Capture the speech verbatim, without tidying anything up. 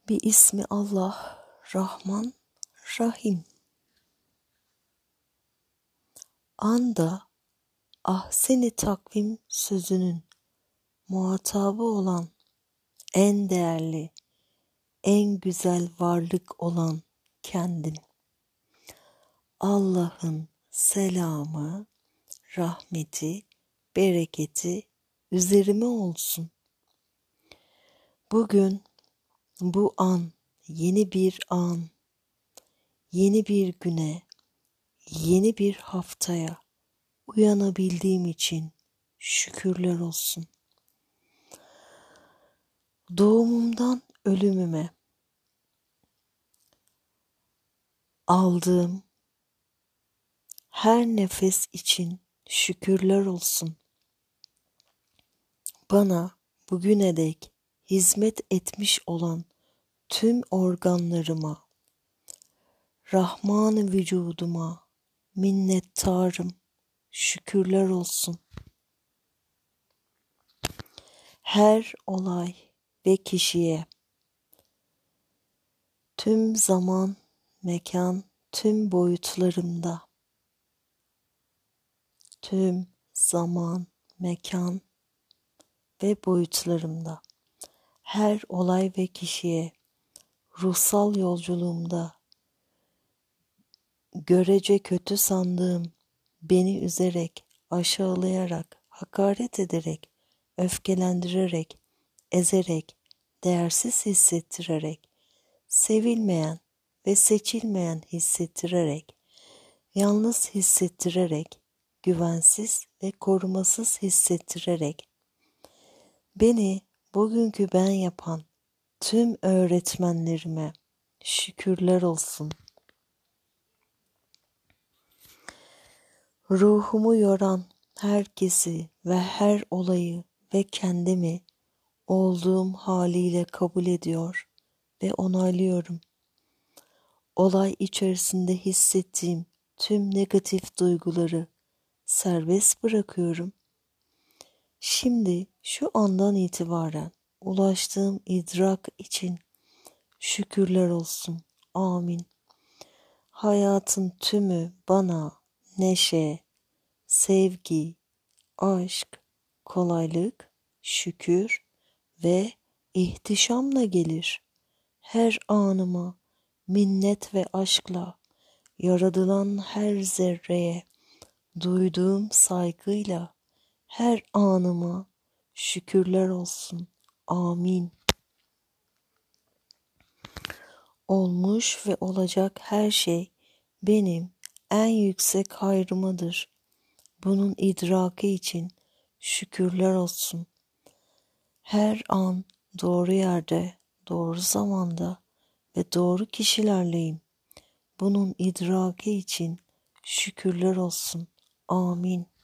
Bir ismi Allah, Rahman, Rahim. Anda ahseni takvim sözünün muhatabı olan en değerli, en güzel varlık olan kendin. Allah'ın selamı, rahmeti, bereketi üzerime olsun. Bugün bu an yeni bir an, yeni bir güne, yeni bir haftaya uyanabildiğim için şükürler olsun. Doğumumdan ölümüme aldığım her nefes için şükürler olsun. Bana bugüne dek hizmet etmiş olan tüm organlarıma, Rahman-ı vücuduma minnettarım, şükürler olsun. Her olay ve kişiye, tüm zaman, mekan, tüm boyutlarımda, tüm zaman, mekan ve boyutlarımda, her olay ve kişiye, ruhsal yolculuğumda, görece kötü sandığım, beni üzerek, aşağılayarak, hakaret ederek, öfkelendirerek, ezerek, değersiz hissettirerek, sevilmeyen ve seçilmeyen hissettirerek, yalnız hissettirerek, güvensiz ve korumasız hissettirerek, beni bugünkü ben yapan tüm öğretmenlerime şükürler olsun. Ruhumu yoran herkesi ve her olayı ve kendimi olduğum haliyle kabul ediyor ve onaylıyorum. Olay içerisinde hissettiğim tüm negatif duyguları serbest bırakıyorum. Şimdi şu andan itibaren ulaştığım idrak için şükürler olsun. Amin. Hayatın tümü bana neşe, sevgi, aşk, kolaylık, şükür ve ihtişamla gelir. Her anıma minnet ve aşkla, yaratılan her zerreye duyduğum saygıyla her anıma şükürler olsun. Amin. Olmuş ve olacak her şey benim en yüksek hayrımadır. Bunun idraki için şükürler olsun. Her an doğru yerde, doğru zamanda ve doğru kişilerleyim. Bunun idraki için şükürler olsun. Amin.